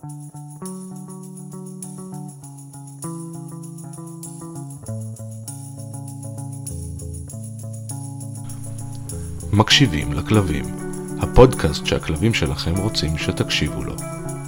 מקשיבים לכלבים, הפודקאסט שהכלבים שלכם רוצים שתקשיבו לו.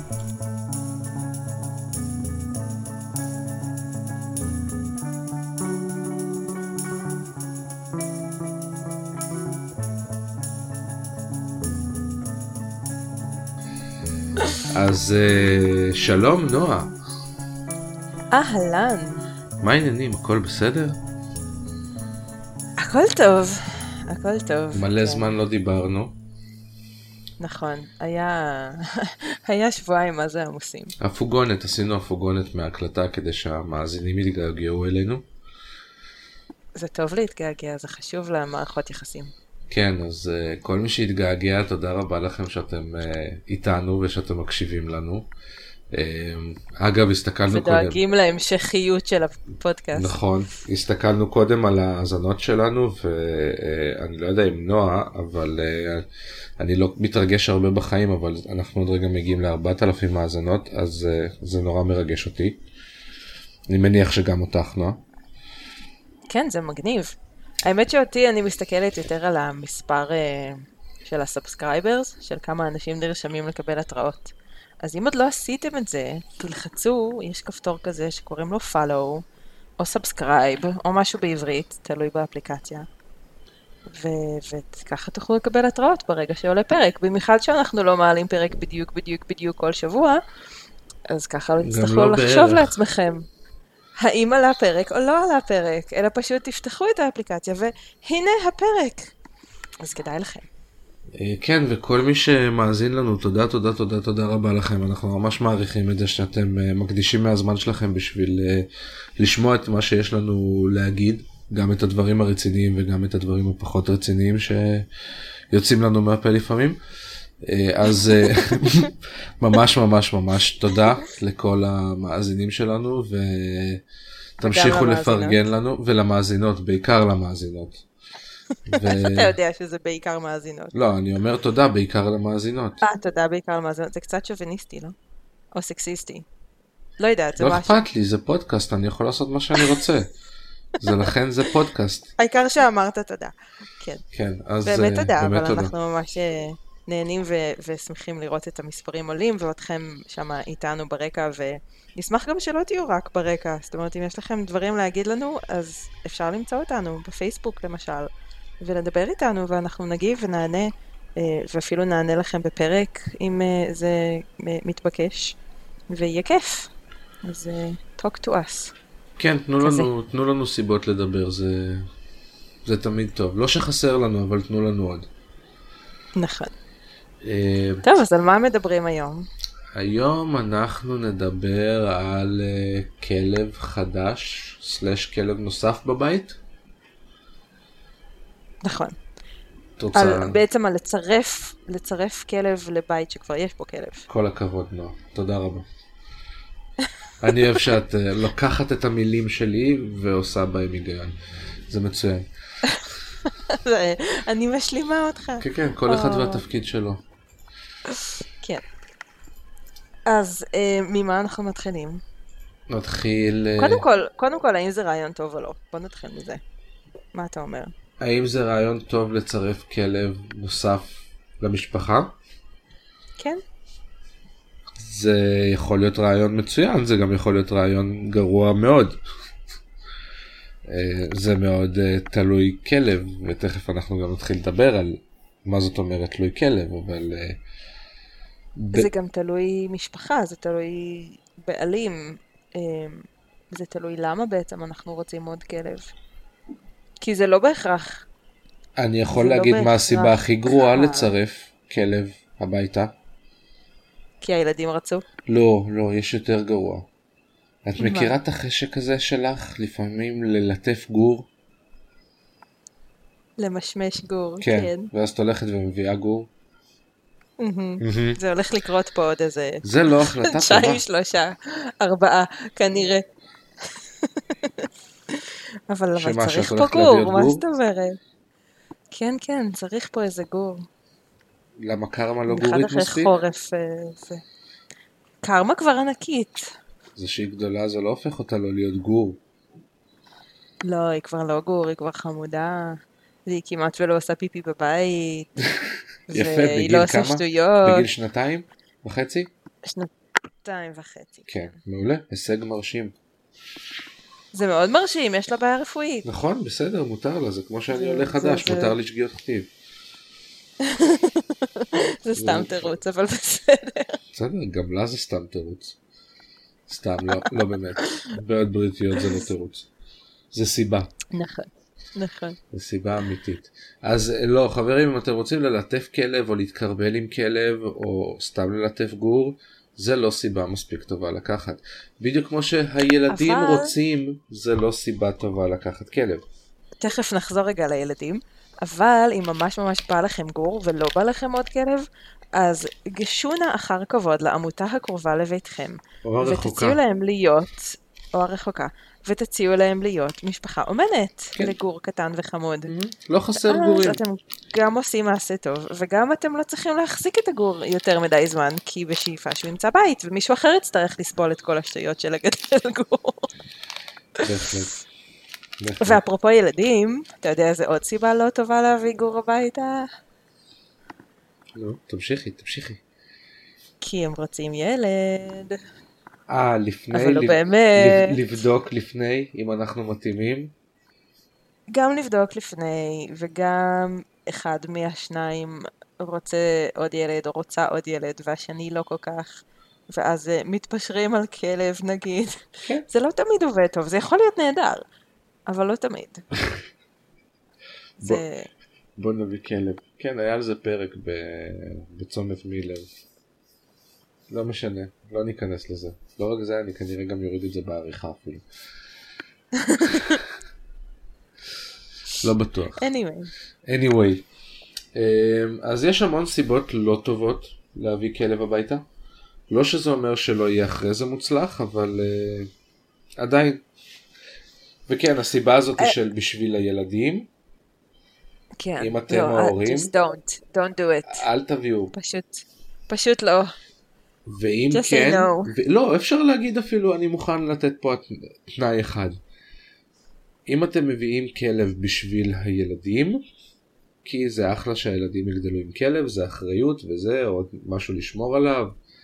אז שלום נועה. אהלן. מה העניינים? הכל בסדר? הכל טוב. הכל טוב. מלא זמן לא דיברנו. נכון. היה שבועיים מה זה עמוסים. הפוגונת, עשינו הפוגונת מההקלטה כדי שהמאזינים יתגעגעו אלינו. זה טוב להתגעגע, זה חשוב למערכות יחסים. כן, אז כל מי שהתגעגע, תודה רבה לכם שאתם איתנו ושאתם מקשיבים לנו. אגב, הסתכלנו קודם. ודואגים להמשכיות של הפודקאסט. נכון, הסתכלנו קודם על ההאזנות שלנו, ואני לא יודע אם נועה, אבל אני לא מתרגש הרבה בחיים, אבל אנחנו עוד רגע מגיעים ל4,000 האזנות, אז זה נורא מרגש אותי. אני מניח שגם אותך, נועה. כן, זה מגניב. האמת שאותי אני מסתכלת יותר על המספר של הסאבסקרייברס, של כמה אנשים נרשמים לקבל התראות. אז אם עוד לא עשיתם את זה, תלחצו, יש כפתור כזה שקוראים לו follow, או subscribe, או משהו בעברית, תלוי באפליקציה. וככה תוכלו לקבל התראות ברגע שעולה פרק. במיוחד שאנחנו לא מעלים פרק בדיוק כל שבוע, אז ככה לא תצטרכו לחשוב לעצמכם. האם עלה פרק או לא עלה פרק, אלא פשוט תפתחו את האפליקציה, והנה הפרק. אז כדאי לכם. כן, וכל מי שמאזין לנו, תודה רבה לכם. אנחנו ממש מעריכים את זה שאתם מקדישים מהזמן שלכם בשביל לשמוע את מה שיש לנו להגיד, גם את הדברים הרציניים וגם את הדברים הפחות רציניים שיוצאים לנו מהפה לפעמים. אז ממש תודה לכל המאזינים שלנו, ותמשיכו לפרגן לנו, ולמאזינות, בעיקר למאזינות. איך אתה יודע שזה בעיקר מאזינות? לא, אני אומר תודה בעיקר למאזינות. תודה בעיקר למאזינות, זה קצת שוביניסטי, לא? או סקסיסטי. לא יודעת, זה משהו. לא אכפת לי, זה פודקאסט, אני יכול לעשות מה שאני רוצה. לכן זה פודקאסט. העיקר שאמרת תודה. כן, אז באמת תודה, אבל אנחנו ממש נהנים ושמחים לראות את המספרים עולים, ואתכם שם איתנו ברקע, ונשמח גם שלא תהיו רק ברקע. זאת אומרת, אם יש לכם דברים להגיד לנו, אז אפשר למצוא אותנו בפייסבוק למשל. ולדבר איתנו, ואנחנו נגיב ונענה, ואפילו נענה לכם בפרק, אם זה מתבקש, ויהיה כיף. אז talk to us. כן, תנו לנו סיבות לדבר, זה תמיד טוב. לא שחסר לנו, אבל תנו לנו עוד. נכון. טוב, אז על מה מדברים היום? היום אנחנו נדבר על כלב חדש, / כלב נוסף בבית. נכון. בעצם על לצרף כלב לבית שכבר יש פה כלב. כל הכבוד, נועה. תודה רבה. אני אוהב שאת לוקחת את המילים שלי ועושה בהם היגיון. זה מצוין. אני משלימה אותך. כן, כל אחד והתפקיד שלו. כן. אז ממה אנחנו מתחילים? נתחיל... קודם כל, האם זה רעיון טוב או לא? בוא נתחיל מזה. מה אתה אומר? האם זה רעיון טוב לצרף כלב נוסף למשפחה? כן. זה יכול להיות רעיון מצוין, זה גם יכול להיות רעיון גרוע מאוד. זה מאוד תלוי כלב, ותכף אנחנו גם נתחיל לדבר על מה זאת אומרת תלוי כלב, אבל... זה גם תלוי משפחה, זה תלוי בעלים, זה תלוי למה בעצם אנחנו רוצים עוד כלב. כי זה לא בהכרח. אני יכול להגיד מה הסיבה הכי גרועה לצרף כלב הביתה. כי הילדים רצו? לא, יש יותר גרוע. את מכירה את החשק הזה שלך לפעמים ללטף גור? למשמש גור, כן. כן. ואז את הולכת ומביאה גור? זה הולך לקרות פה עוד איזה... זה לא החלטה טובה. 2, 3, 4, כנראה. אבל צריך פה גור, מה זאת אומרת? כן, צריך פה איזה גור. למה קרמה לא גורית מספיק? אחד אחרי חורף. קרמה כבר ענקית. זה שהיא גדולה זה לא הופך אותה לא להיות גור. לא, היא כבר לא גור, היא כבר חמודה. והיא כמעט ולא עושה פיפי בבית. יפה, והיא לא בגיל עושה כמה? שטויות. בגיל 2.5? 2.5. כן, מעולה, הישג מרשים. זה מאוד מרשים, יש לה בעיה רפואית. נכון, בסדר, מותר לה, זה כמו שאני זה- עולה חדש, זה- מותר לי שגיאות כתיב. זה סתם תירוץ, אבל בסדר. בסדר, גם לה זה סתם תירוץ. סתם, לא באמת. בעיות בריאותיות זה לא תירוץ. זה סיבה. נכון, נכון. זה סיבה אמיתית. אז לא, חברים, אם אתם רוצים ללטף כלב או להתקרבל עם כלב או סתם ללטף גור, זה לא סיבה מספיק טובה לקחת. בדיוק כמו שהילדים אבל- רוצים, זה לא סיבה טובה לקחת כלב. תכף נחזור רגע לילדים, אבל אם ממש ממש בא לכם גור ולא בא לכם עוד כלב, אז גשו נא אחר כבוד לעמותה הקרובה לביתכם, או הרחוקה. ותציעו להם להיות, או הרחוקה, ותציעו להם להיות משפחה אומנת כן. לגור קטן וחמוד. לא חסר אז גורים. אתם גם עושים מעשה טוב, וגם אתם לא צריכים להחזיק את הגור יותר מדי זמן, כי בשאיפה שהוא ימצא בית, ומישהו אחר יצטרך לסבול את כל השטויות של לגדל גור. בהחלט. בהחלט. ואפרופו ילדים, אתה יודע איזה עוד סיבה לא טובה להביא גור הביתה? לא, תמשיכי. כי הם רוצים ילד. לפני, אבל לא באמת. לבדוק לפני אם אנחנו מתאימים. גם לבדוק לפני, וגם אחד מהשניים רוצה עוד ילד או רוצה עוד ילד, והשני לא כל כך. ואז מתפשרים על כלב נגיד. כן. זה לא תמיד עובד טוב, זה יכול להיות נהדר, אבל לא תמיד. זה... בוא נביא כלב. כן, היה על זה פרק בצומת מילר. לא משנה, לא ניכנס לזה. לא רק זה, אני כנראה גם יוריד את זה בעריכה אפילו. לא בטוח. anyway. אז יש המון סיבות לא טובות להביא כלב הביתה. לא שזה אומר שלא יהיה אחרי זה מוצלח, אבל עדיין. וכן, הסיבה הזאת היא של בשביל הילדים. כן. אם אתם לא, ההורים. just don't do it. אל תביאו. פשוט לא. ואם Just say כן, no. לא, אפשר להגיד אפילו, אני מוכן לתת פה תנאי אחד. אם אתם מביאים כלב בשביל הילדים, כי זה אחלה שהילדים יגדלו עם כלב, זה אחריות וזה, או משהו לשמור עליו,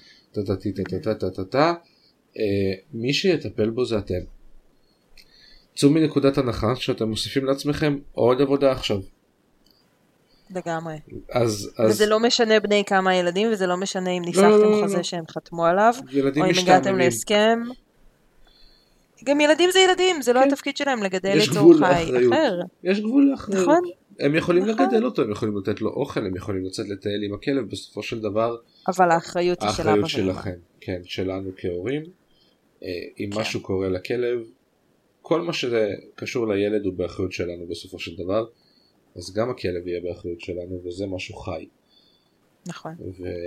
מי שיטפל בו זה אתם. צאו מנקודת הנחה שאתם מוסיפים לעצמכם עוד עבודה עכשיו. לגמרי. אז וזה לא משנה בני כמה ילדים, וזה לא משנה אם לא, ניסחתם לא. חוזה שהם חתמו עליו, ילדים או אם משתעממים. הגעתם להסכם. גם ילדים זה ילדים, זה לא כן. התפקיד שלהם לגדל יש את גבול צור חי לאחריות. אחר. יש גבול לאחריות. נכון. הם יכולים נכון. לגדל אותו, הם יכולים לתת לו אוכל, הם יכולים לצאת לטייל עם הכלב, בסופו של דבר אבל האחריות היא של אבא האחריות ואמא. שלכם, כן, שלנו כהורים. אם כן. משהו קורה לכלב, כל מה שקשור לילד הוא באחריות שלנו בסופו של דבר, אז גם הכלב יהיה באחריות שלנו, וזה משהו חי. נכון.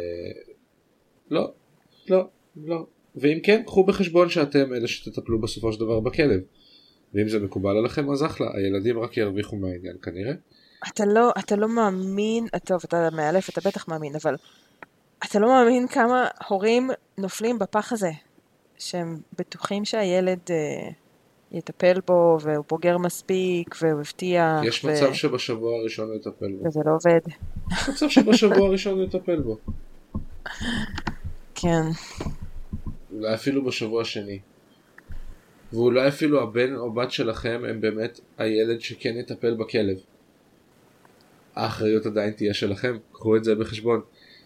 לא. ואם כן, קחו בחשבון שאתם אלה שתטפלו בסופו של דבר בכלב. ואם זה מקובל עליכם, אז אחלה, הילדים רק ירוויחו מהעניין כנראה. אתה לא מאמין, טוב, אתה מאלף, אתה בטח מאמין, אבל אתה לא מאמין כמה הורים נופלים בפח הזה, שהם בטוחים שהילד יטפל בו, והוא בוגר מספיק, והוא הבטיח. יש מצב שבשבוע הראשון הוא יטפל בו. וזה לא עובד. יש מצב שבשבוע הראשון הוא יטפל בו. כן. אולי אפילו בשבוע השני. ואולי אפילו הבן או בת שלכם הם באמת הילד שכן יטפל בכלב. האחריות עדיין תהיה שלכם, קחו את זה בחשבון.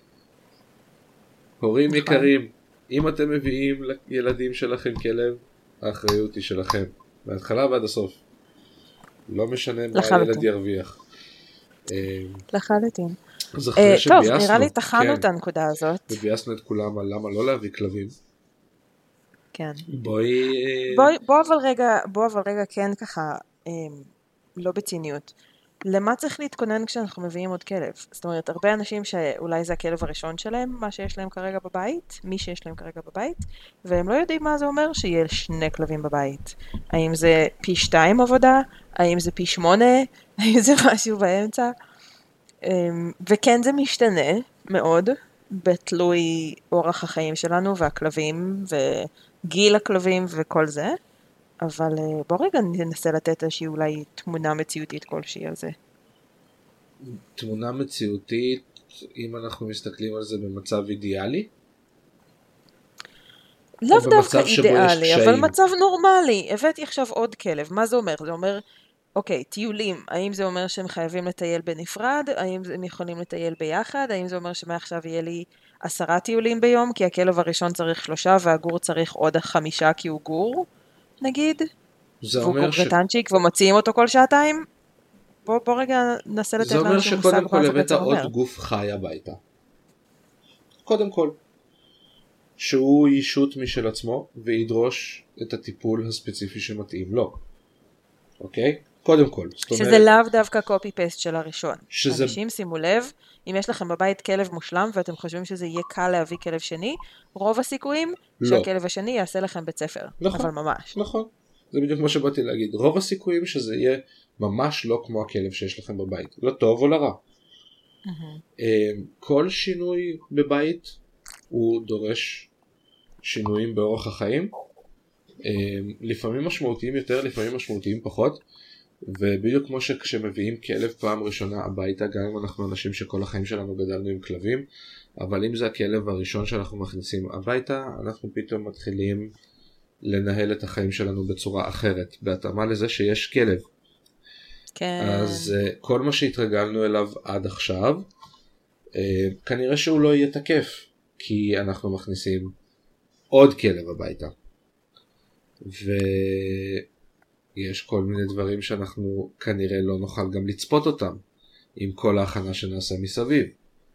הורים נכון. יקרים, אם אתם מביאים לילדים שלכם כלב, האחריות היא שלכם. מההתחלה ועד הסוף. לא משנה מה הילד ירוויח. לחלוטין. אז אחרי טוב, שביאסנו, נראה לי תחנו את כן, הנקודה הזאת. וביאסנו את כולם על למה לא להביא כלבים. כן. בואי... בוא אבל רגע כן ככה, לא בציניות. למה צריך להתכונן כשאנחנו מביאים עוד כלב? זאת אומרת, הרבה אנשים שאולי זה הכלב הראשון שלהם, מה שיש להם כרגע בבית, מי שיש להם כרגע בבית, והם לא יודעים מה זה אומר שיהיה 2 כלבים בבית. האם זה פי 2 עבודה? האם זה פי 8? האם זה משהו באמצע? וכן זה משתנה מאוד בתלוי אורח החיים שלנו והכלבים וגיל הכלבים וכל זה, אבל בוא רגע ננסה לתת איזושהי אולי תמונה מציאותית כלשהי על זה. תמונה מציאותית, אם אנחנו מסתכלים על זה במצב אידיאלי? לאו דווקא אידיאלי, אבל מצב נורמלי. הבאתי עכשיו עוד כלב, מה זה אומר? זה אומר, אוקיי, טיולים, האם זה אומר שהם חייבים לטייל בנפרד? האם הם יכולים לטייל ביחד? האם זה אומר שמעכשיו יהיה לי 10 טיולים ביום, כי הכלב הראשון צריך 3 והגור צריך עוד 5 כי הוא גור, נגיד? והוא גור קטנצ'יק ומוציאים אותו כל שעתיים? בוא רגע ננסה לתת לנו מושג. זה אומר שקודם כל הבאת עוד גוף חי הביתה. קודם כל. שהוא אישות משל עצמו וידרוש את הטיפול הספציפי שמתאים לו. אוקיי? קודם כל. שזה לאו דווקא קופי פייסט של הראשון. אנשים שימו לב, אם יש לכם בבית כלב מושלם ואתם חושבים שזה יהיה קל להביא כלב שני, רוב הסיכויים שהכלב השני יעשה לכם בית ספר. נכון, אבל ממש. נכון. זה בדיוק מה שבאתי להגיד. רוב הסיכויים שזה יהיה ממש לא כמו הכלב שיש לכם בבית. לא טוב או לרע. כל שינוי בבית הוא דורש שינויים באורח החיים, לפעמים משמעותיים יותר, לפעמים משמעותיים פחות, ובדיוק כמו שכשמביאים כלב פעם ראשונה הביתה, גם אם אנחנו אנשים שכל החיים שלנו גדלנו עם כלבים, אבל אם זה הכלב הראשון שאנחנו מכניסים הביתה, אנחנו פתאום מתחילים לנהל את החיים שלנו בצורה אחרת, בהתאמה לזה שיש כלב. כן. אז כל מה שהתרגלנו אליו עד עכשיו, כנראה שהוא לא יהיה תקף, כי אנחנו מכניסים עוד כלב הביתה. ויש כל מיני דברים שאנחנו כנראה לא נוכל גם לצפות אותם, עם כל ההכנה שנעשה מסביב.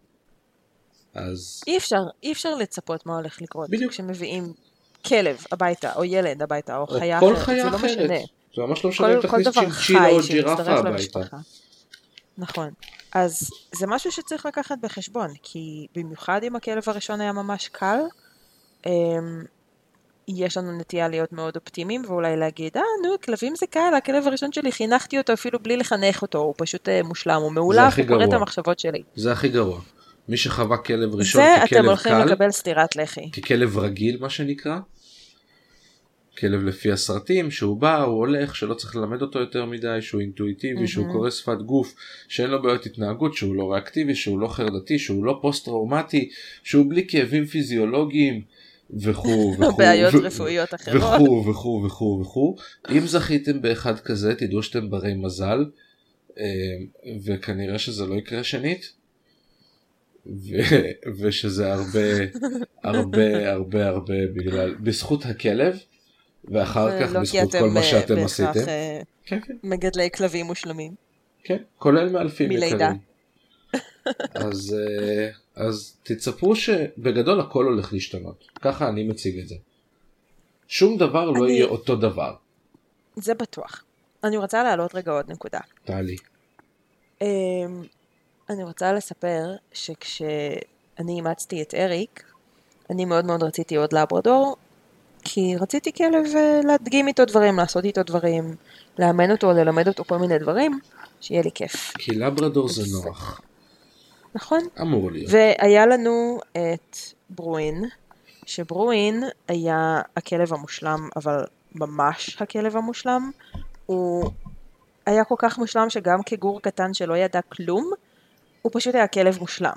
אז אי אפשר לצפות מה הולך לקרות. בדיוק. כשמביאים כלב הביתה, או ילד הביתה, או חיה כל אחרת, חיה זה לא אחרת. משנה. זה ממש לא משנה אם תכניס צ'ינצ'ילה או ג'ירפה הביתה. נכון. אז זה משהו שצריך לקחת בחשבון, כי במיוחד אם הכלב הראשון היה ממש קל, יש לנו נטייה להיות מאוד אופטימיים, ואולי להגיד, כלבים זה קל, הכלב הראשון שלי, חינכתי אותו אפילו בלי לחנך אותו, הוא פשוט מושלם, הוא מעולה, הוא קורא את המחשבות שלי. זה הכי גרוע. מי שחווה כלב ראשון ככלב קל, זה אתם הולכים לקבל סטירת לחי. ככלב רגיל מה שנקרא, כלב לפי הסרטים, שהוא בא, הוא הולך, שלא צריך ללמד אותו יותר מדי, שהוא אינטואיטיבי, שהוא קורא שפת גוף, שאין לו בעיות התנהגות, שהוא לא ריאקטיבי, שהוא לא חרדתי, שהוא לא פוסט-טראומטי, שהוא בלי כאבים פיזיולוגיים, וכו' וכו'. בעיות רפואיות אחרות. וכו' וכו' וכו' וכו'. אם זכיתם באחד כזה, תדעו שאתם ברי מזל, וכנראה שזה לא יקרה שנית, ושזה הרבה בזכות הכלב, ואחר כך בזכות כל מה שאתם עשיתם. לא כי אתם בהכרח מגדלי כלבים מושלמים. כן, כולל מאלפים מלידה. יקרים. אז תצפו שבגדול הכל הולך להשתנות. ככה אני מציג את זה. שום דבר לא יהיה אותו דבר. זה בטוח. אני רוצה להעלות רגע עוד נקודה. תעלי. אני רוצה לספר שכשאני אימצתי את אריק, אני מאוד מאוד רציתי עוד לברדור, כי רציתי כלב להדגים איתו דברים, לעשות איתו דברים, לאמן אותו, ללמד אותו כל מיני דברים, שיהיה לי כיף. כי לברדור זה נוח. נכון. אמור להיות. והיה לנו את ברווין, שברווין היה הכלב המושלם, אבל ממש הכלב המושלם. הוא היה כל כך מושלם שגם כגור קטן שלא ידע כלום, הוא פשוט היה כלב מושלם.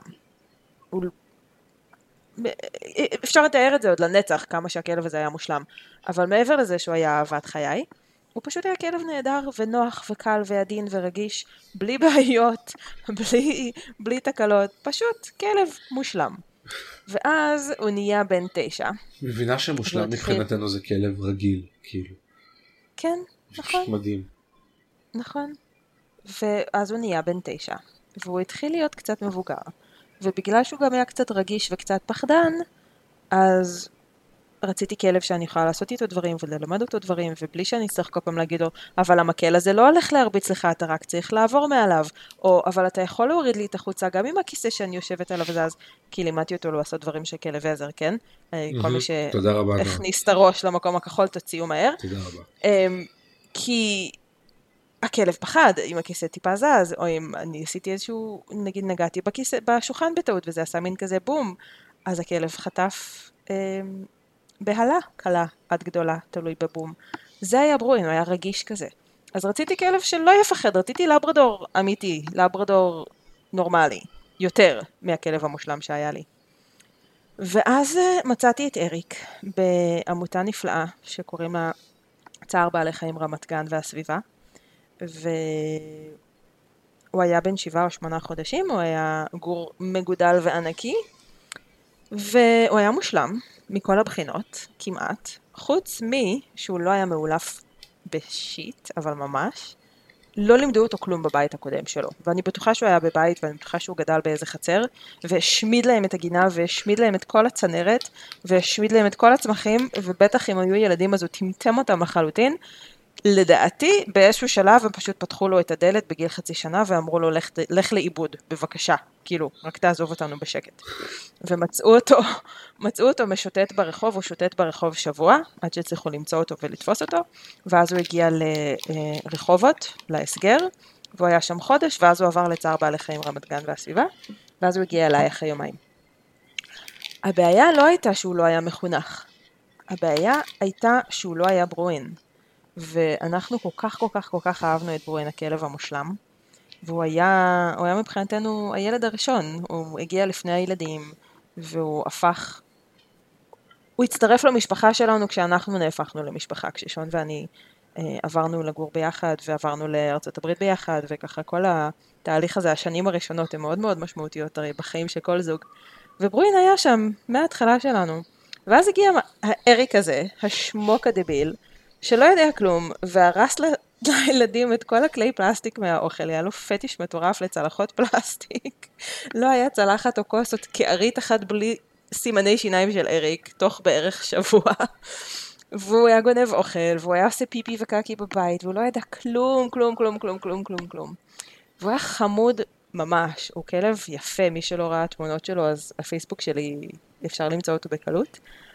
אפשר לתאר את זה עוד לנצח, כמה שהכלב הזה היה מושלם. אבל מעבר לזה שהוא היה אהבת חיי, הוא פשוט היה כלב נהדר ונוח וקל ועדין ורגיש, בלי בעיות, בלי תקלות, פשוט כלב מושלם. ואז הוא נהיה בן 9. מבינה שמושלם מבחינתנו זה כלב רגיל, כאילו. כן, נכון. מדהים. נכון. ואז הוא נהיה בן 9, והוא התחיל להיות קצת מבוגר. ובגלל שהוא גם היה קצת רגיש וקצת פחדן, אז רציתי כלב שאני יכולה לעשות איתו דברים וללמד אותו דברים, ובלי שאני צריך כל פעם להגיד לו, אבל המקל הזה לא הולך להרביץ לך, אתה רק צריך לעבור מעליו, או אבל אתה יכול להוריד לי את החוצה גם עם הכיסא שאני יושבת עליו וזז, כי לימדתי אותו לעשות דברים של כלב עזר, כן? כל מי שהכניס את הראש למקום הכחול, תוציאו מהר. תודה רבה. כי הכלב פחד, אם הכיסא טיפה זז, או אם אני עשיתי איזשהו, נגיד נגעתי בשולחן בטעות, וזה עשה מין כזה בום, אז הכלב חטף בהלה קלה עד גדולה, תלוי בבום. זה היה ברואין, הוא היה רגיש כזה. אז רציתי כלב שלא יפחד, רציתי לברדור אמיתי, לברדור נורמלי, יותר מהכלב המושלם שהיה לי. ואז מצאתי את אריק בעמותה נפלאה שקוראים לה צער בעלי חיים רמת גן והסביבה, והוא היה בן 7 או 8 חודשים, הוא היה גור מגודל וענקי, והוא היה מושלם מכל הבחינות, כמעט, חוץ שהוא לא היה מאולף בשיט, אבל ממש, לא לימדו אותו כלום בבית הקודם שלו, ואני בטוחה שהוא היה בבית, ואני בטוחה שהוא גדל באיזה חצר, והשמיד להם את הגינה, והשמיד להם את כל הצנרת, והשמיד להם את כל הצמחים, ובטח אם היו ילדים אז הוא טמטם אותם לחלוטין. לדעתי, באיזשהו שלב הם פשוט פתחו לו את הדלת בגיל 0.5 שנה, ואמרו לו, לך לאיבוד, בבקשה, כאילו, רק תעזוב אותנו בשקט. ומצאו אותו משוטט ברחוב, הוא שוטט ברחוב שבוע, עד שהצליחו למצוא אותו ולתפוס אותו, ואז הוא הגיע לרחובות, להסגר, והוא היה שם חודש, ואז הוא עבר לצער בעלי חיים רמת גן והסביבה, ואז הוא הגיע אליי אחרי יומיים. הבעיה לא הייתה שהוא לא היה מחונך, הבעיה הייתה שהוא לא היה ברואין. ואנחנו כל כך אהבנו את ברואין הכלב המושלם, והוא היה מבחינתנו הילד הראשון, הוא הגיע לפני הילדים, והוא הוא הצטרף למשפחה שלנו כשאנחנו נהפכנו למשפחה, כששון ואני עברנו לגור ביחד, ועברנו לארצות הברית ביחד, וככה כל התהליך הזה, השנים הראשונות הן מאוד מאוד משמעותיות הרי בחיים של כל זוג, וברואין היה שם מההתחלה שלנו, ואז הגיע האריק הזה, השמוק הדביל, שלא יודע כלום, והרס לילדים את כל הכלי פלסטיק מהאוכל, היה לו פטיש מטורף לצלחות פלסטיק. לא היה צלחת או כוס או קערית אחת בלי סימני שיניים של אריק, תוך בערך שבוע. והוא היה גונב אוכל, והוא היה עושה פיפי וקקי בבית, והוא לא ידע כלום. והוא היה חמוד ממש, הוא כלב יפה, מי שלא ראה תמונות שלו, אז הפייסבוק שלי אפשר למצוא אותו בקלות.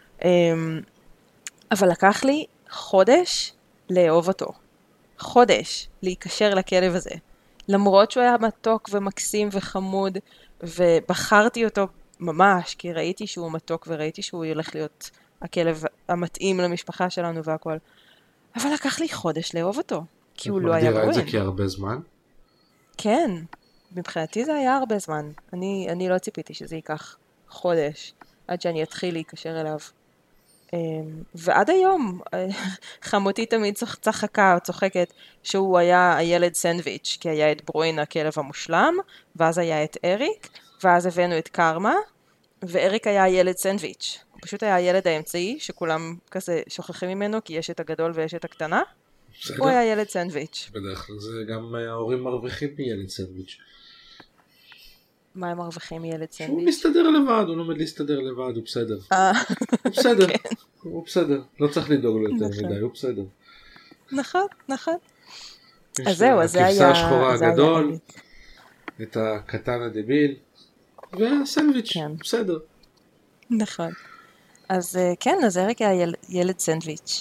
אבל לקח לי חודש לאהוב אותו. חודש להיקשר לכלב הזה. למרות שהוא היה מתוק ומקסים וחמוד, ובחרתי אותו ממש, כי ראיתי שהוא מתוק וראיתי שהוא ילך להיות הכלב המתאים למשפחה שלנו והכל. אבל לקח לי חודש לאהוב אותו, כי הוא לא היה ברואין. את מגדירה את זה כהרבה זמן? כן, מבחינתי זה היה הרבה זמן. אני לא ציפיתי שזה ייקח חודש עד שאני אתחיל להיקשר אליו. ועד היום חמותי תמיד צוחקת שהוא היה הילד סנדוויץ', כי היה את ברואין הכלב המושלם, ואז היה את אריק, ואז הבאנו את קרמה, ואריק היה הילד סנדוויץ'. הוא פשוט היה הילד האמצעי, שכולם כזה שוכחים ממנו, כי יש את הגדול ויש את הקטנה. הוא היה ילד סנדוויץ'. בדרך כלל זה גם ההורים מרוויחים מילד סנדוויץ'. מה הם מרוויחים מילד סנדוויץ'? הוא מסתדר לבד, הוא לומד להסתדר לבד, הוא בסדר. הוא בסדר, הוא בסדר. לא צריך לדאוג לו יותר מדי, הוא בסדר. נכון. אז זהו, אז זה היה... הכבשה השחורה הגדול, את הקטן הדביל, והסנדוויץ', בסדר. נכון. אז כן, אז אריק היה ילד סנדוויץ'.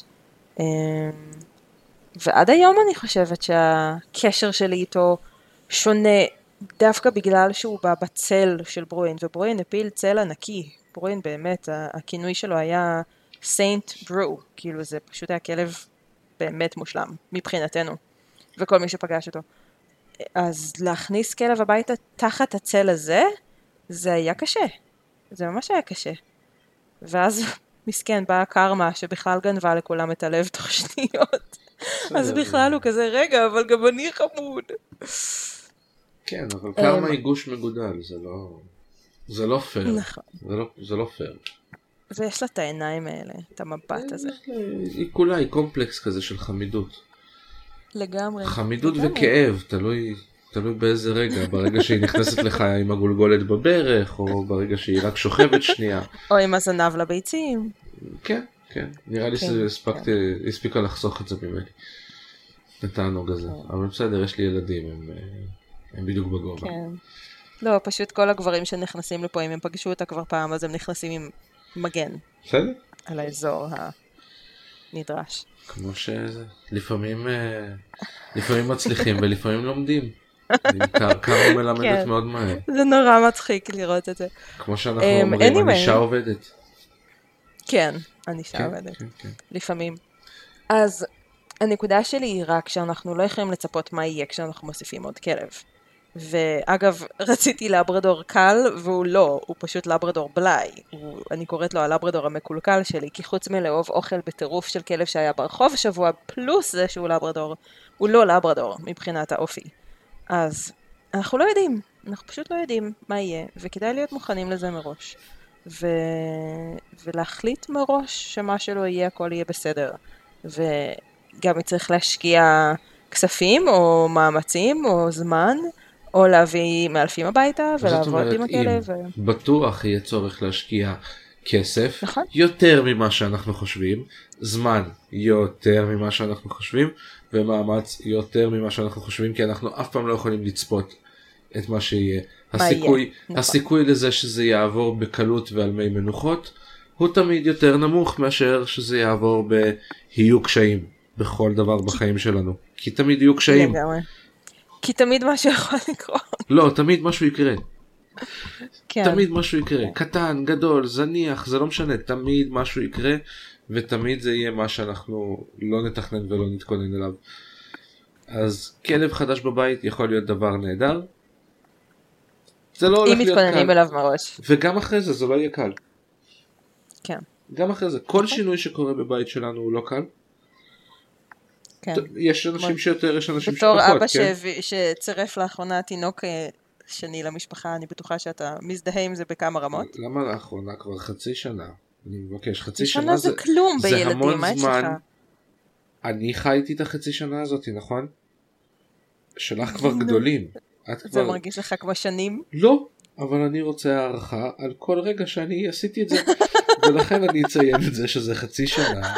ועד היום אני חושבת שהקשר שלי איתו שונה, דווקא בגלל שהוא בא בצל של ברואין, וברואין הפיל צל ענקי. ברואין באמת, הכינוי שלו היה סיינט ברו, כאילו זה פשוט היה כלב באמת מושלם, מבחינתנו, וכל מי שפגש אותו. אז להכניס כלב הביתה תחת הצל הזה, זה היה קשה. זה ממש היה קשה. ואז מסכן באה קרמה שבכלל גנבה לכולם את הלב תוך שניות. אז בכלל הוא כזה, רגע, אבל גם אני חמוד. כן, אבל קרמה היא גוש מגודל, זה לא פייר. נכון. זה לא פייר. ויש לה את העיניים האלה, את המבט הזה. היא כולה, היא קומפלקס כזה של חמידות. לגמרי. חמידות וכאב, תלוי באיזה רגע, ברגע שהיא נכנסת לך עם הגולגולת בברך, או ברגע שהיא רק שוכבת שנייה. או עם הזנב לביצים. כן, נראה לי שהספיקה לחסוך את זה ממני. את הענוג הזה. אבל בסדר, יש לי ילדים, הם בדיוק בגובה. כן. לא, פשוט כל הגברים שנכנסים לפה, אם הם פגשו אותה כבר פעם, אז הם נכנסים עם מגן. בסדר? על האזור הנדרש. כמו שלפעמים מצליחים ולפעמים לומדים. קארו מלמדת מאוד מהר. זה נורא מצחיק לראות את זה. כמו שאנחנו אומרים, ענישה עובדת. כן, ענישה עובדת. לפעמים. אז הנקודה שלי היא רק שאנחנו לא יכולים לצפות מה יהיה כשאנחנו מוסיפים עוד כלב. ואגב, רציתי לברדור קל, והוא לא, הוא פשוט לברדור בלאי. אני קוראת לו הלברדור המקולקל שלי, כי חוץ מלאהוב אוכל בטירוף של כלב שהיה ברחוב השבוע, פלוס זה שהוא לברדור, הוא לא לברדור מבחינת האופי. אז אנחנו לא יודעים, אנחנו פשוט לא יודעים מה יהיה, וכדאי להיות מוכנים לזה מראש. ולהחליט מראש שמה שלא יהיה, הכל יהיה בסדר. וגם צריך להשקיע כספים, או מאמצים, או זמן, או להביא מאלפים הביתה, ולעבוד עם הכלב. בטוח יהיה צורך להשקיע כסף, נכון. יותר ממה שאנחנו חושבים, זמן יותר ממה שאנחנו חושבים, ומאמץ יותר ממה שאנחנו חושבים, כי אנחנו אף פעם לא יכולים לצפות את מה שיהיה. הסיכוי לזה שזה יעבור בקלות ועל מי מנוחות, הוא תמיד יותר נמוך מאשר שזה יעבור בהיו קשיים, בכל דבר בחיים שלנו. כי תמיד יהיו קשיים. כי תמיד משהו יכול לקרות. לא, תמיד משהו יקרה. כן. תמיד משהו יקרה. קטן, גדול, זניח, זה לא משנה. תמיד משהו יקרה, ותמיד זה יהיה מה שאנחנו לא נתכנן ולא נתכונן אליו. אז כלב חדש בבית יכול להיות דבר נהדר. זה לא הולך להיות קל. אם מתכוננים אליו מראש. וגם אחרי זה לא יהיה קל. כן. גם אחרי זה. כל שינוי שקורה בבית שלנו הוא לא קל. כן. יש אנשים שיותר, יש אנשים שפחות, כן? בתור אבא שצירף לאחרונה תינוק שני למשפחה, אני בטוחה שאתה מזדהה עם זה בכמה רמות. למה לאחרונה? כבר חצי שנה. אני מבקש, חצי שנה זה כלום בילדים, מה יש לך? אני חייתי את החצי שנה הזאת, נכון? שלך כבר גדולים. זה מרגיש לך כמו שנים? לא, אבל אני רוצה הערכה על כל רגע שאני עשיתי את זה. ולכן אני אציין את זה שזה חצי שנה.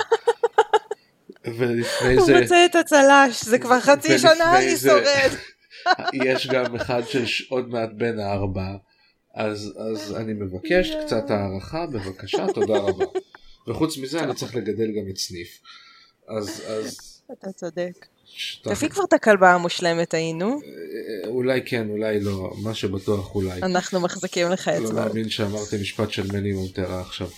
ולפני זה... הוא רוצה את הצלש, זה כבר חצי שנה אני שורד. יש גם אחד שעוד מעט בין 4, אז אני מבקש קצת הערכה, בבקשה, תודה רבה. וחוץ מזה אני צריך לגדל גם את סניף. אז... אתה צודק. תביא כבר את הכלבה המושלמת היינו. אולי כן, אולי לא, מה שבטוח אולי. אנחנו מחזקים לך אצבעות. לא מאמין שאמרתי משפט של מני מונטרה עכשיו.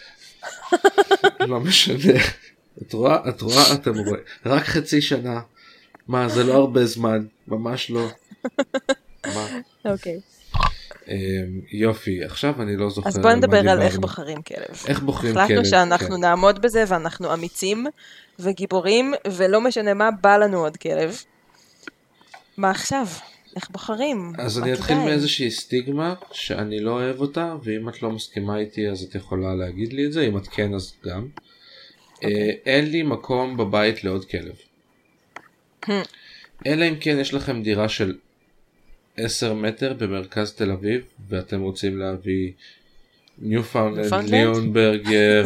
לא משנה. את רואה, אתם רואים, רק חצי שנה, מה, זה לא הרבה זמן, ממש לא. אוקיי. יופי, עכשיו אני לא זוכר. אז בוא נדבר על איך בוחרים כלב. איך בוחרים כלב. החלטנו שאנחנו נעמוד בזה, ואנחנו אמיצים וגיבורים, ולא משנה מה, בא לנו עוד כלב. מה עכשיו? איך בוחרים? אז אני אתחיל מאיזושהי סטיגמה, שאני לא אוהב אותה, ואם את לא מסכימה איתי, אז את יכולה להגיד לי את זה, אם את כן, אז גם. אין לי מקום בבית לעוד כלב. אלא אם כן יש לכם דירה של 10 מטר במרכז תל אביב, ואתם רוצים להביא ניופאונדלנד, ליאונברגר,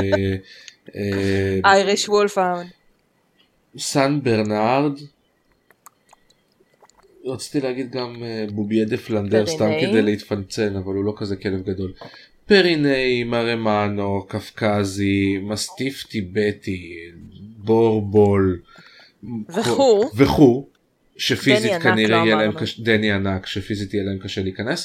אייריש וולפאונד, סן ברנארד, רציתי להגיד גם בוביה דה פלנדר, סתם כדי להתפנצן, אבל הוא לא כזה כלב גדול. פריני, מרמנו, קפקזי, מסטיף טיבטי, בורבול וכו', שפיזית כנראה יהיה להם קשה, דני ענק, שפיזית יהיה להם קשה להיכנס.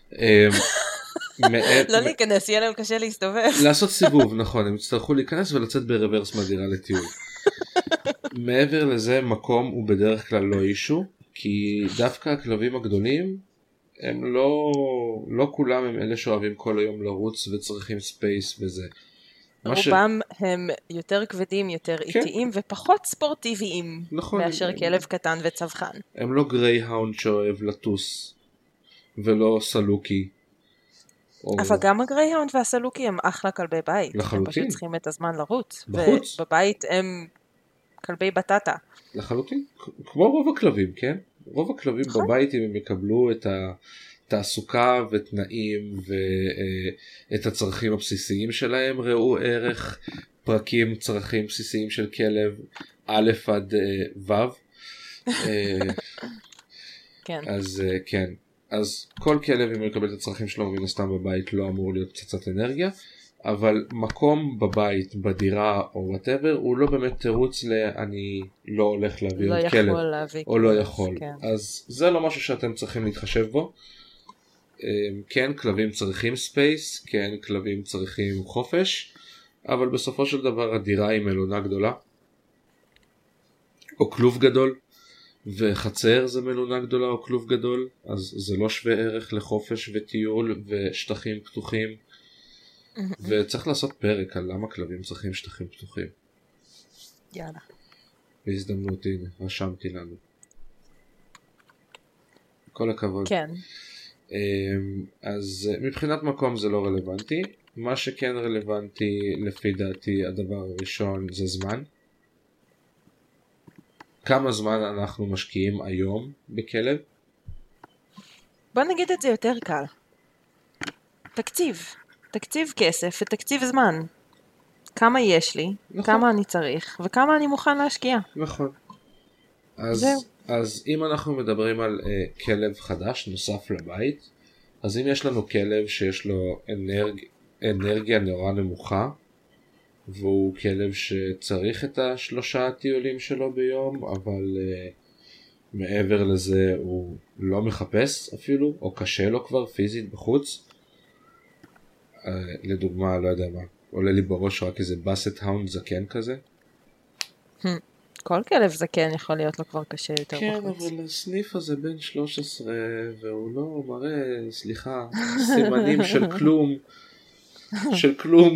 לא להיכנס, יהיה להם קשה להסתובב. לעשות סיבוב, נכון, הם יצטרכו להיכנס ולצאת ברוורס מהדירה לטיול. מעבר לזה, מקום הוא בדרך כלל לא אישו, כי דווקא הכלבים הגדולים, הם לא כולם הם אלה שאוהבים כל היום לרוץ וצריכים ספייס וזה. רובם הם יותר כבדים, יותר איטיים ופחות ספורטיביים מאשר כלב קטן וצווחן. הם לא גרייהאונד שאוהב לטוס ולא סלוקי. אבל גם הגרייהאונד והסלוקי הם אחלה כלבי בית. לחלוטין. הם פשוט צריכים את הזמן לרוץ. בחוץ. ובבית הם כלבי בטטה. לחלוטין. כמו רוב הכלבים, כן? רוב הכלבים בבית אם הם יקבלו את התעסוקה ותנאים ואת הצרכים הבסיסיים שלהם, ראו ערך פרקים צרכים בסיסיים של כלב א' עד ו'. כן. אז כן. אז כל כלב אם הוא יקבל את הצרכים שלו מן הסתם בבית לא אמור להיות פצצת אנרגיה. אבל מקום בבית, בדירה או whatever, הוא לא באמת תירוץ אני לא הולך להביא לא עוד יכול כלב, להביא או לא כלב, יכול. כן. אז זה לא משהו שאתם צריכים להתחשב בו. כן, כלבים צריכים ספייס, כן, כלבים צריכים חופש, אבל בסופו של דבר הדירה היא מלונה גדולה, או כלוב גדול, וחצר זה מלונה גדולה או כלוב גדול, אז זה לא שווה ערך לחופש וטיול ושטחים פתוחים. וצריך לעשות פרק על למה כלבים צריכים שטחים פתוחים. יאללה. בהזדמנות, הנה, רשמתי לנו. כל הכבוד. כן. אז מבחינת מקום זה לא רלוונטי. מה שכן רלוונטי לפי דעתי, הדבר הראשון זה זמן. כמה זמן אנחנו משקיעים היום בכלב? בוא נגיד את זה יותר קל. תקציב כסף ותקציב זמן. כמה יש לי, נכון. כמה אני צריך וכמה אני מוכן להשקיע. נכון. זהו. אז אם אנחנו מדברים על כלב חדש נוסף לבית, אז אם יש לנו כלב שיש לו אנרגיה נורא נמוכה, והוא כלב שצריך את 3 טיולים שלו ביום, אבל מעבר לזה הוא לא מחפש אפילו, או קשה לו כבר פיזית בחוץ. לדוגמה, לא יודע מה, עולה לי בראש רק איזה בסט האונד זקן כזה. כל כלב זקן יכול להיות לו כבר קשה יותר כן, בחוץ. אבל הסניף הזה בן 13 והוא לא מראה, סליחה, סימנים של כלום.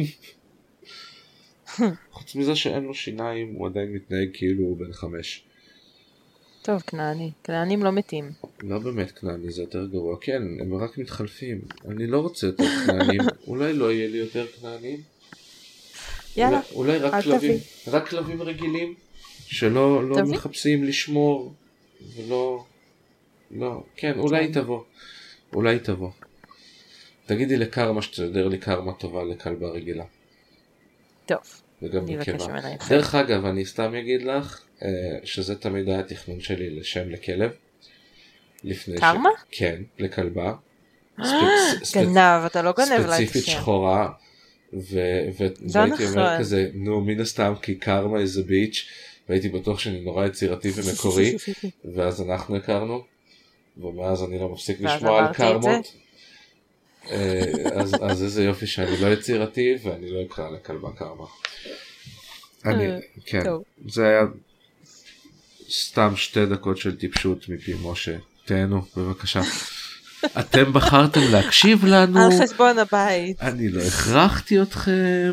חוץ מזה שאין לו שיניים, הוא עדיין מתנהג כאילו הוא בן 5. טוב, כנענים לא מתים. לא באמת כנעני, זה יותר גרוע. כן, הם רק מתחלפים. אני לא רוצה יותר כנענים. אולי לא יהיה לי יותר כנענים. יאללה, אולי רק כלבים רגילים, שלא לא מחפשים לשמור, ולא... לא, כן, אולי תבוא. תגידי לקרמה שתדר לי קרמה טובה לכלבה רגילה. טוב. וגם בקבע. דרך אגב, אני סתם אגיד לך שזה תמיד היה תכנון שלי לשם לכלב. קרמה? כן, לכלבה. גנב, אתה לא גנב לה את השם. ספציפית שחורה. והייתי אומר כזה, נו, מן הסתם, כי קרמה is a bitch, והייתי בטוח שאני נורא יצירתי ומקורי, ואז אנחנו הכרנו, ומאז אני לא מפסיק לשמוע על קרמות. אז איזה יופי שאני לא יצירתי, ואני לא אקרא לכלבה קרמה. כן, זה היה סתם 2 דקות של טיפשות מפי משה. תהנו, בבקשה. אתם בחרתם להקשיב לנו. על חשבון הבית. אני לא הכרחתי אתכם.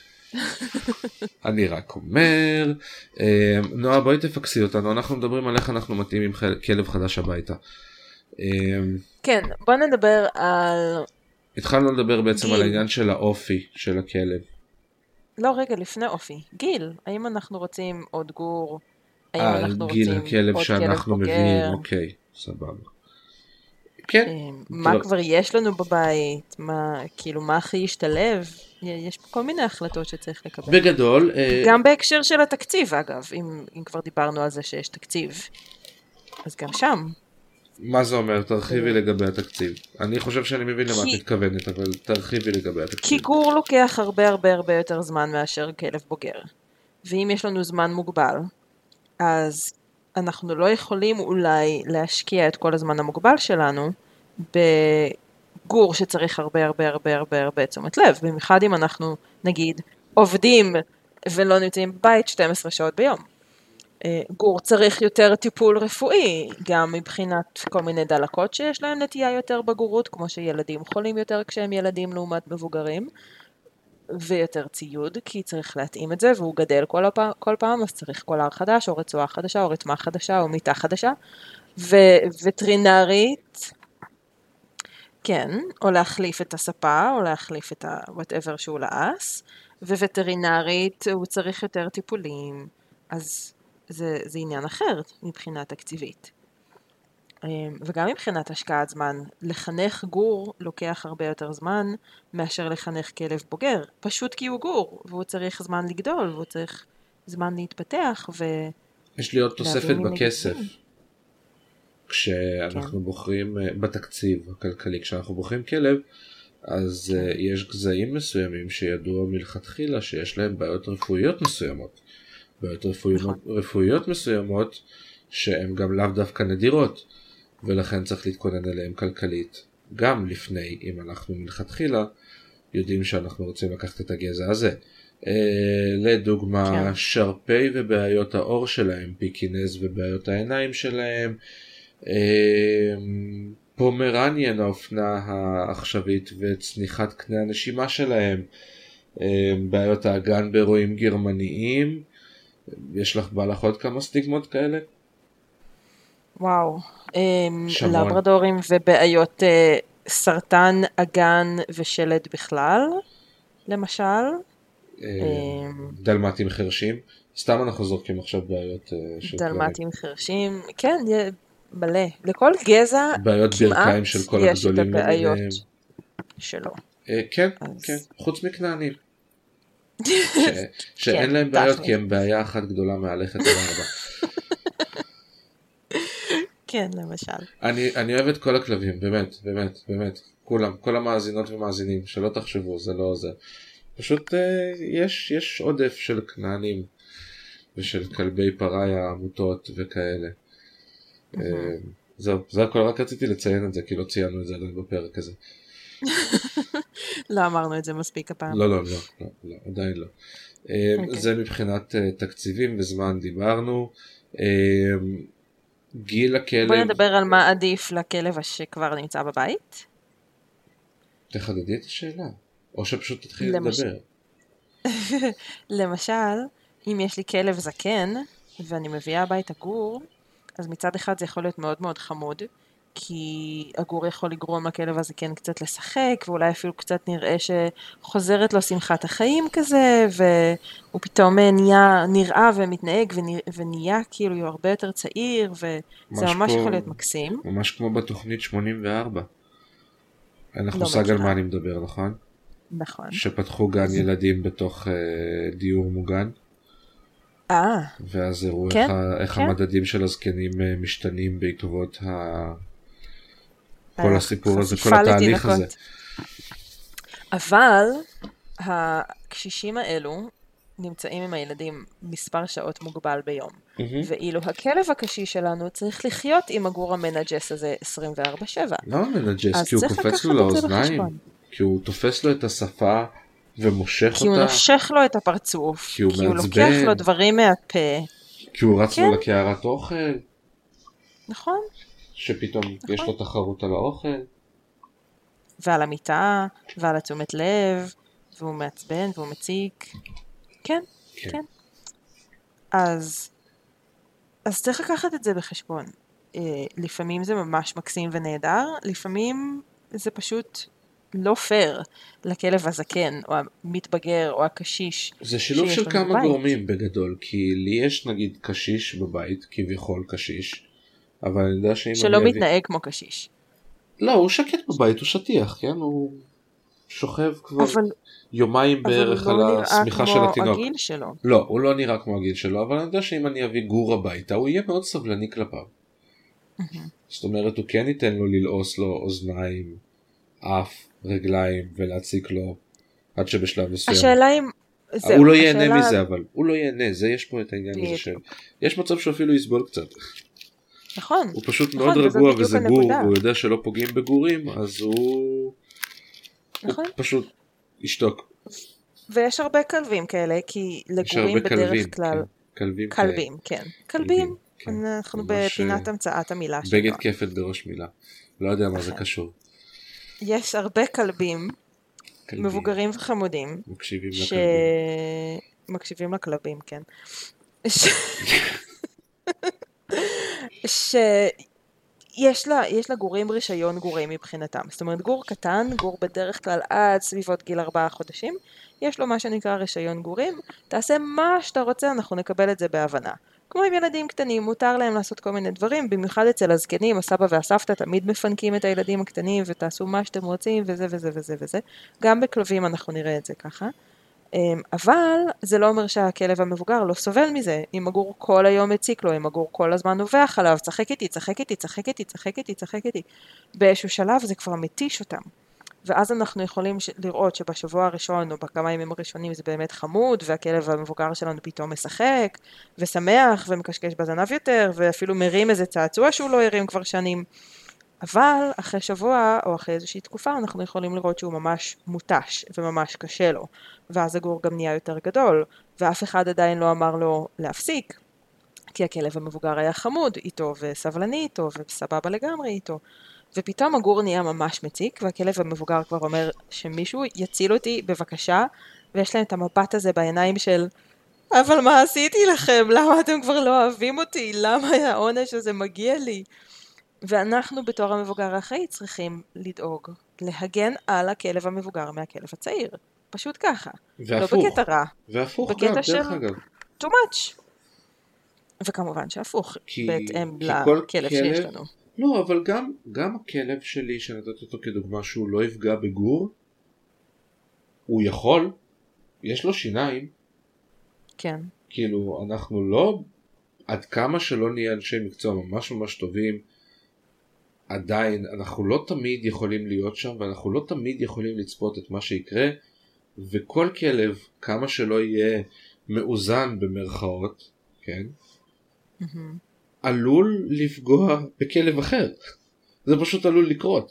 אני רק אומר. נועה, בואי תפקסי אותנו. אנחנו מדברים על איך אנחנו מתאימים כלב חדש הביתה. כן, בוא נדבר על... התחלנו לדבר בעצם על העניין של האופי של הכלב. לא, רגע, לפני אופי. גיל, האם אנחנו רוצים עוד גור? האם אנחנו גיל רוצים הכלב עוד שאנחנו כלב מביאים, בוגר? אוקיי, סבבה. כן. מה כבר יש לנו בבית? מה הכי ישתלב? יש פה כל מיני החלטות שצריך לקבל. בגדול... גם בהקשר של התקציב, אגב, אם כבר דיברנו על זה שיש תקציב. אז גם שם. מה זה אומר? תרחיבי לגבי התקציב. אני חושב שאני מבין למה את מתכוונת, אבל תרחיבי לגבי התקציב. כי גור לוקח הרבה יותר זמן מאשר כלב בוגר. ואם יש לנו זמן מוגבל, אז אנחנו לא יכולים אולי להשקיע את כל הזמן המוגבל שלנו בגור שצריך הרבה תשומת לב. במיוחד אם אנחנו, נגיד, עובדים ולא נמצאים בבית 12 שעות ביום. גור צריך יותר טיפול רפואי, גם מבחינת כל מיני דלקות שיש להם נטייה יותר בגורות, כמו שילדים חולים יותר כשהם ילדים לעומת מבוגרים, ויותר ציוד, כי צריך להתאים את זה, והוא גדל כל פעם, אז צריך קולר חדש, או רצועה חדשה, או רתמה חדשה, או מיטה חדשה, וטרינרית, כן, או להחליף את הספה, או להחליף את whatever שהוא לעס, ווטרינרית הוא צריך יותר טיפולים, אז זה עניין אחר מבחינה תקציבית. וגם מבחינת השקעת זמן, לחנך גור לוקח הרבה יותר זמן מאשר לחנך כלב בוגר, פשוט כי הוא גור, והוא צריך זמן לגדול, והוא צריך זמן להתפתח. יש לי עוד תוספת בכסף. כשאנחנו בוחרים בתקציב הכלכלי, כשאנחנו בוחרים כלב, אז יש גזעים מסוימים שידוע מלכתחילה שיש להם בעיות רפואיות מסוימות. בעיות רפואיות מסוימות שהן גם לאו דווקא נדירות, ולכן צריך להתכונן אליהן כלכלית. גם לפני, אם אנחנו מלכתחילה יודעים שאנחנו רוצים לקחת את הגזע הזה. לדוגמה, שרפי ובעיות האור שלהם, פיקינז ובעיות העיניים שלהם, פומרניאן האופנה העכשווית וצניחת קנה הנשימה שלהם, בעיות האגן באירועים גרמניים. יש לך בא לך עוד כמה סטיגמות כאלה? וואו, לברדורים ובעיות סרטן, אגן ושלד בכלל, למשל. דלמטים חרשים, סתם אנחנו זורקים עכשיו בעיות של דלמטים חרשים, כן, מלא. לכל גזע כמעט יש את הבעיות שלו. כן, כן, חוץ מכנענים. שאין להם בעיות כי הם בעיה אחת גדולה מהלכת על ארבע. כן, למשל. אני אוהב את כל הכלבים, באמת, באמת, באמת. כולם, כל המאזינות ומאזינים, שלא תחשבו, זה לא זה. פשוט יש עודף של כנענים ושל כלבי פראיה, עמותות וכאלה. זה הכל, רק רציתי לציין את זה, כי לא ציינו את זה עדיין בפרק הזה. לא אמרנו את זה מספיק הפעם. לא, עדיין לא. זה מבחינת תקציבים וזמן דיברנו. גיל הכלב... בוא נדבר על מה עדיף לכלב שכבר נמצא בבית. תחדדי את השאלה. או שפשוט תתחיל לדבר. למשל, אם יש לי כלב זקן, ואני מביאה הביתה גור, אז מצד אחד זה יכול להיות מאוד מאוד חמוד, כי הגור יכול לגרום לכלב הזקן קצת לשחק, ואולי אפילו קצת נראה שחוזרת לו שמחת החיים כזה, והוא פתאום נראה ומתנהג ונהיה כאילו הוא הרבה יותר צעיר, וזה ממש יכול להיות מקסים. ממש כמו בתוכנית 84. אין לך מושג על מה אני מדבר, נכון? נכון. שפתחו גן ילדים בתוך דיור מוגן. ואז הראו איך המדדים של הזקנים משתנים בעקבות כל הסיפור הזה, כל התהליך הזה. אבל הקשישים האלו נמצאים עם הילדים מספר שעות מוגבל ביום. ואילו הכלב הקשיש שלנו צריך לחיות עם הגור המנג'ס הזה 24/7. לא מנג'ס, כי הוא קופץ לו לאוזניים. כי הוא תופס לו את השפה ומושך אותה. כי הוא נושך לו את הפרצוף. כי הוא לוקח לו דברים מהפה. כי הוא רץ לו לקערת אוכל. נכון. שפתאום יש לו תחרות על האוכל. ועל המיטה, ועל התשומת לב, והוא מעצבן, והוא מציק. כן, כן. אז צריך לקחת את זה בחשבון. לפעמים זה ממש מקסים ונהדר, לפעמים זה פשוט לא פייר לכלב הזקן, או המתבגר, או הקשיש. זה שילוב של כמה גורמים בגדול, כי לי יש נגיד קשיש בבית, כביכול קשיש, אבל אני יודע שאם שלא מתנהג כמו קשיש. לא, הוא שקט בבית, הוא שטיח, כן? הוא שוכב כבר יומיים בערך על השמיכה של התינוק. אבל הוא לא נראה כמו הגיל שלו. לא, הוא לא נראה כמו הגיל שלו, אבל אני יודע שאם אני אביא גור הביתה, הוא יהיה מאוד סבלני כלפיו. זאת אומרת, הוא כן ייתן לו ללעוס לו אוזניים, אף, רגליים, ולהציק לו עד שבשלב מסוים. השאלה אם... הוא לא ייהנה מזה, אבל הוא לא ייהנה, זה יש פה את העניין הזה של... יש מצב שהוא אפילו יסבול קצת. נכון. הוא פשוט מאוד רגוע וזה גור, והוא יודע שלא פוגעים בגורים, אז הוא פשוט ישתוק. ויש הרבה כלבים כאלה, כי לגורים בדרך כלל... כלבים, כן. כלבים, אנחנו בפינת המצאת המילה שלו. בגד כפת בראש מילה. לא יודע מה זה קשור. יש הרבה כלבים, מבוגרים וחמודים, מקשיבים לכלבים, כן. שיש לה גורים רישיון גורים מבחינתם. זאת אומרת, גור קטן, גור בדרך כלל עד סביבות גיל 4 חודשים, יש לו מה שנקרא רישיון גורים, תעשה מה שאתה רוצה, אנחנו נקבל את זה בהבנה. כמו עם ילדים קטנים, מותר להם לעשות כל מיני דברים, במיוחד אצל הזקנים, הסבא והסבתא תמיד מפנקים את הילדים הקטנים, ותעשו מה שאתם רוצים, וזה וזה וזה וזה. גם בכלבים אנחנו נראה את זה ככה. אבל זה לא אומר שהכלב המבוגר לא סובל מזה. אם הגור כל היום מציק לו, אם הגור כל הזמן נובח עליו, צחק איתי, צחק איתי, צחק איתי, צחק איתי, צחק איתי. באיזשהו שלב זה כבר מתיש אותם. ואז אנחנו יכולים לראות שבשבוע הראשון או בכמה ימים הראשונים זה באמת חמוד, והכלב המבוגר שלנו פתאום משחק ושמח ומקשקש בזנב יותר, ואפילו מרים איזה צעצוע שהוא לא הרים כבר שנים. אבל אחרי שבוע או אחרי איזושהי תקופה אנחנו יכולים לראות שהוא ממש מותש וממש קשה לו, ואז הגור גם נהיה יותר גדול, ואף אחד עדיין לא אמר לו להפסיק, כי הכלב המבוגר היה חמוד איתו וסבלני איתו וסבבה לגמרי איתו. ופתאום הגור נהיה ממש מציק, והכלב המבוגר כבר אומר שמישהו יציל אותי בבקשה, ויש להם את המבט הזה בעיניים של אבל מה עשיתי לכם? למה אתם כבר לא אוהבים אותי? למה העונש הזה מגיע לי? ואנחנו בתור המבוגר האחראי צריכים לדאוג, להגן על הכלב המבוגר מהכלב הצעיר. פשוט ככה. והפוך. לא בקטע רע. והפוך בקטע גם, של דרך אגב. too much. וכמובן שהפוך, בהתאם לכלב שיש לנו. לא, אבל גם הכלב שלי, שנתת אותו כדוגמה שהוא לא יפגע בגור, הוא יכול, יש לו שיניים. כן. כאילו, אנחנו לא, עד כמה שלא נהיה אנשי מקצוע ממש ממש טובים, עדיין אנחנו לא תמיד יכולים להיות שם, ואנחנו לא תמיד יכולים לצפות את מה שיקרה, וכל כלב, כמה שלא יהיה מאוזן במרכאות, כן? עלול לפגוע בכלב אחר. זה פשוט עלול לקרות.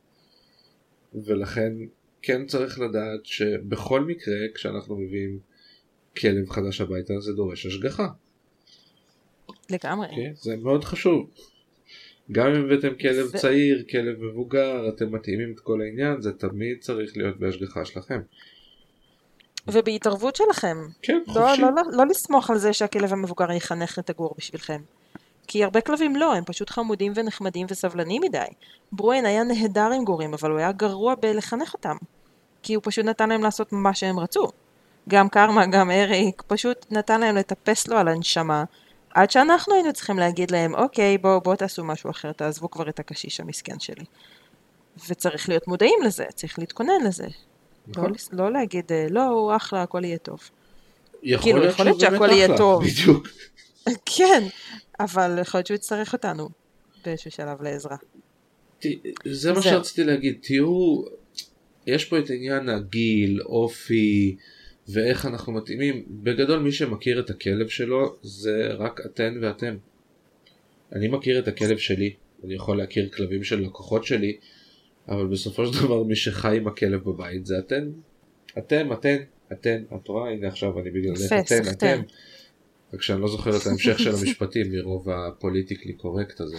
ולכן כן צריך לדעת שבכל מקרה כשאנחנו מביאים כלב חדש הביתה זה דורש השגחה. לגמרי. Okay? זה מאוד חשוב. גם אם הבאתם כלב צעיר, כלב מבוגר, אתם מתאימים את כל העניין, זה תמיד צריך להיות בהשגחה שלכם. ובהתערבות שלכם. כן, חופשי. לא לסמוך על זה שהכלב המבוגר יחנך את הגור בשבילכם. כי הרבה כלבים לא, הם פשוט חמודים ונחמדים וסבלנים מדי. ברואין היה נהדר עם גורים, אבל הוא היה גרוע בלחנך אותם. כי הוא פשוט נתן להם לעשות מה שהם רצו. גם קרמה, גם אריק, פשוט נתן להם לטפס לו על הנשמה, עד שאנחנו היינו צריכים להגיד להם, אוקיי, בואו תעשו משהו אחר, תעזבו כבר את הקשיש המסכן שלי. וצריך להיות מודעים לזה, צריך להתכונן לזה. לא להגיד, לא, הוא אחלה, הכל יהיה טוב. יכול להיות שהכל יהיה טוב. בדיוק. כן, אבל יכול להיות שהוא יצטרך אותנו באיזשהו שלב לעזרה. זה מה שרציתי להגיד, תראו, יש פה את עניין הגיל, אופי, ואיך אנחנו מתאימים. בגדול מי שמכיר את הכלב שלו זה רק אתן ואתם. אני מכיר את הכלב שלי, אני יכול להכיר כלבים של לקוחות שלי, אבל בסופו של דבר מי שחי עם הכלב בבית זה אתם, את רואה, הנה עכשיו אני בגלל אתם. רק שאני לא זוכר את ההמשך של המשפטים מרוב הפוליטיקלי קורקט הזה.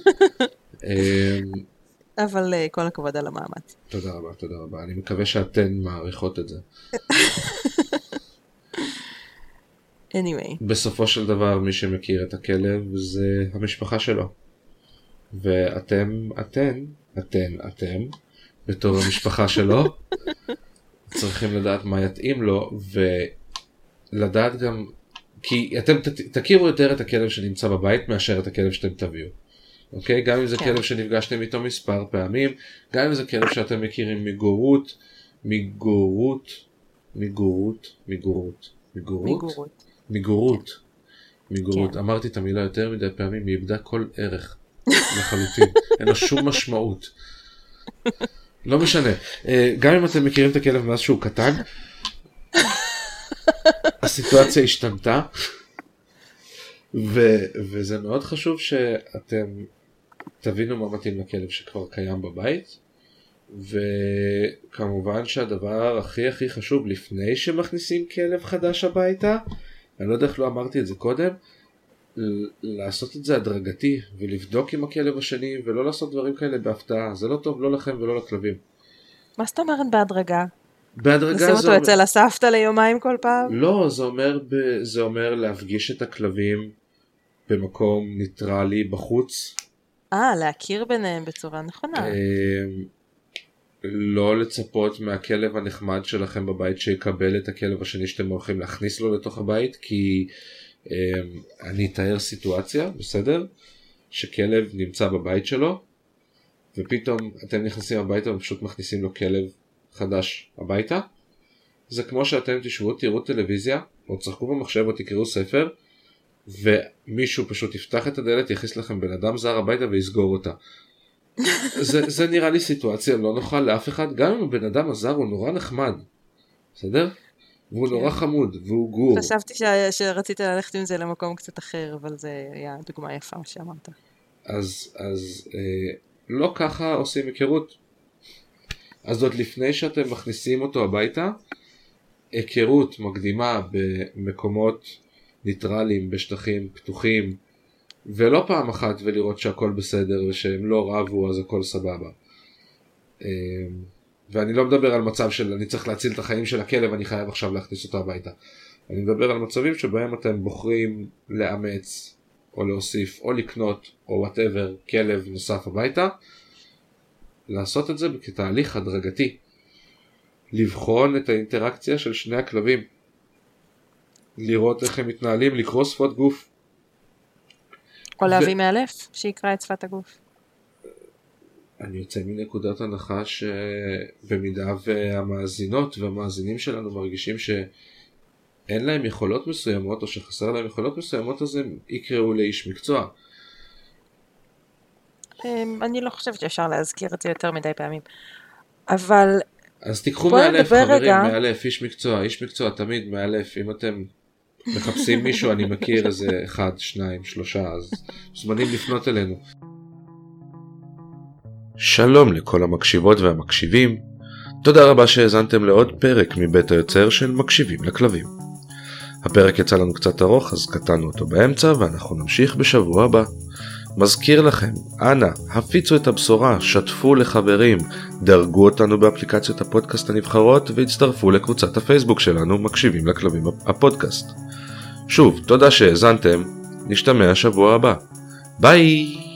אבל כל הכבוד על המאמץ. תודה רבה. אני מקווה שאתן מעריכות את זה. anyway. בסופו של דבר מי שמכיר את הכלב זה המשפחה שלו. ואתם, בתור המשפחה שלו, צריכים לדעת מה יתאים לו, ולדעת גם, כי אתם תכירו יותר את הכלב שנמצא בבית מאשר את הכלב שאתם תביאו. אוקיי? גם אם זה כלב שנפגשתם איתו מספר פעמים, גם אם זה כלב שאתם מכירים מגורות. אמרתי את המילה יותר מדי פעמים, היא איבדה כל ערך לחלוטין. אין לו שום משמעות. לא משנה. גם אם אתם מכירים את הכלב מאז שהוא קטן, הסיטואציה השתנתה. וזה מאוד חשוב שאתם תבינו מה מתאים לכלב שכבר קיים בבית, וכמובן שהדבר הכי חשוב לפני שמכניסים כלב חדש הביתה, אני לא יודע איך לא אמרתי את זה קודם, לעשות את זה הדרגתי ולבדוק עם הכלב השני ולא לעשות דברים כאלה בהפתעה. זה לא טוב לא לכם ולא לכלבים. מה זאת אומרת בהדרגה? בהדרגה לשים אותו אצל הסבתא ליומיים כל פעם? לא, זה אומר להפגיש את הכלבים במקום ניטרלי בחוץ. להכיר ביניהם בצורה נכונה. לא לצפות מהכלב הנחמד שלכם בבית שיקבל את הכלב השני שאתם הולכים להכניס לו לתוך הבית, כי אני אתאר סיטואציה, בסדר? שכלב נמצא בבית שלו ופתאום אתם נכנסים הביתה ופשוט מכניסים לו כלב חדש הביתה. זה כמו שאתם תשבו, תראו טלוויזיה או תשחקו במחשב או תקראו ספר ומישהו פשוט יפתח את הדלת, יכניס לכם בן אדם זר הביתה ויסגור אותה. זה נראה לי סיטואציה לא נוחה לאף אחד, גם אם הבן אדם הזר הוא נורא נחמד, בסדר? והוא נורא חמוד, והוא גור. חשבתי שרצית ללכת עם זה למקום קצת אחר, אבל זה היה דוגמה יפה מה שאמרת. אז לא ככה עושים היכרות. אז זאת לפני שאתם מכניסים אותו הביתה, היכרות מקדימה במקומות ניטרליים, בשטחים פתוחים, ולא פעם אחת ולראות שהכל בסדר ושהם לא רבו אז הכל סבבה. ואני לא מדבר על מצב של אני צריך להציל את החיים של הכלב, אני חייב עכשיו להכניס אותו הביתה. אני מדבר על מצבים שבהם אתם בוחרים לאמץ או להוסיף או לקנות או whatever כלב נוסף הביתה, לעשות את זה כתהליך הדרגתי. לבחון את האינטראקציה של שני הכלבים. לראות איך הם מתנהלים, לקרוא שפות גוף. או להביא מאלף שיקרא את שפת הגוף. אני יוצא מנקודת הנחה שבמידה והמאזינות והמאזינים שלנו מרגישים שאין להם יכולות מסוימות או שחסר להם יכולות מסוימות, אז הם יקראו לאיש מקצוע. אני לא חושבת שאפשר להזכיר את זה יותר מדי פעמים. אבל אז תיקחו מאלף חברים, מאלף, איש מקצוע, איש מקצוע תמיד מאלף. אם אתם מחפשים מישהו, אני מכיר איזה 1, 2, 3, אז מוזמנים לפנות אלינו. שלום לכל המקשיבות והמקשיבים, תודה רבה שהאזנתם לעוד פרק מבית היוצר של מקשיבים לכלבים. הפרק יצא לנו קצת ארוך, אז קטענו אותו באמצע ואנחנו נמשיך בשבוע הבא. מזכיר לכם, אנא, הפיצו את הבשורה, שתפו לחברים, דרגו אותנו באפליקציות הפודקאסט הנבחרות והצטרפו לקבוצת הפייסבוק שלנו, מקשיבים לכלבים הפודקאסט. שוב, תודה שהאזנתם, נשתמע שבוע הבא. ביי!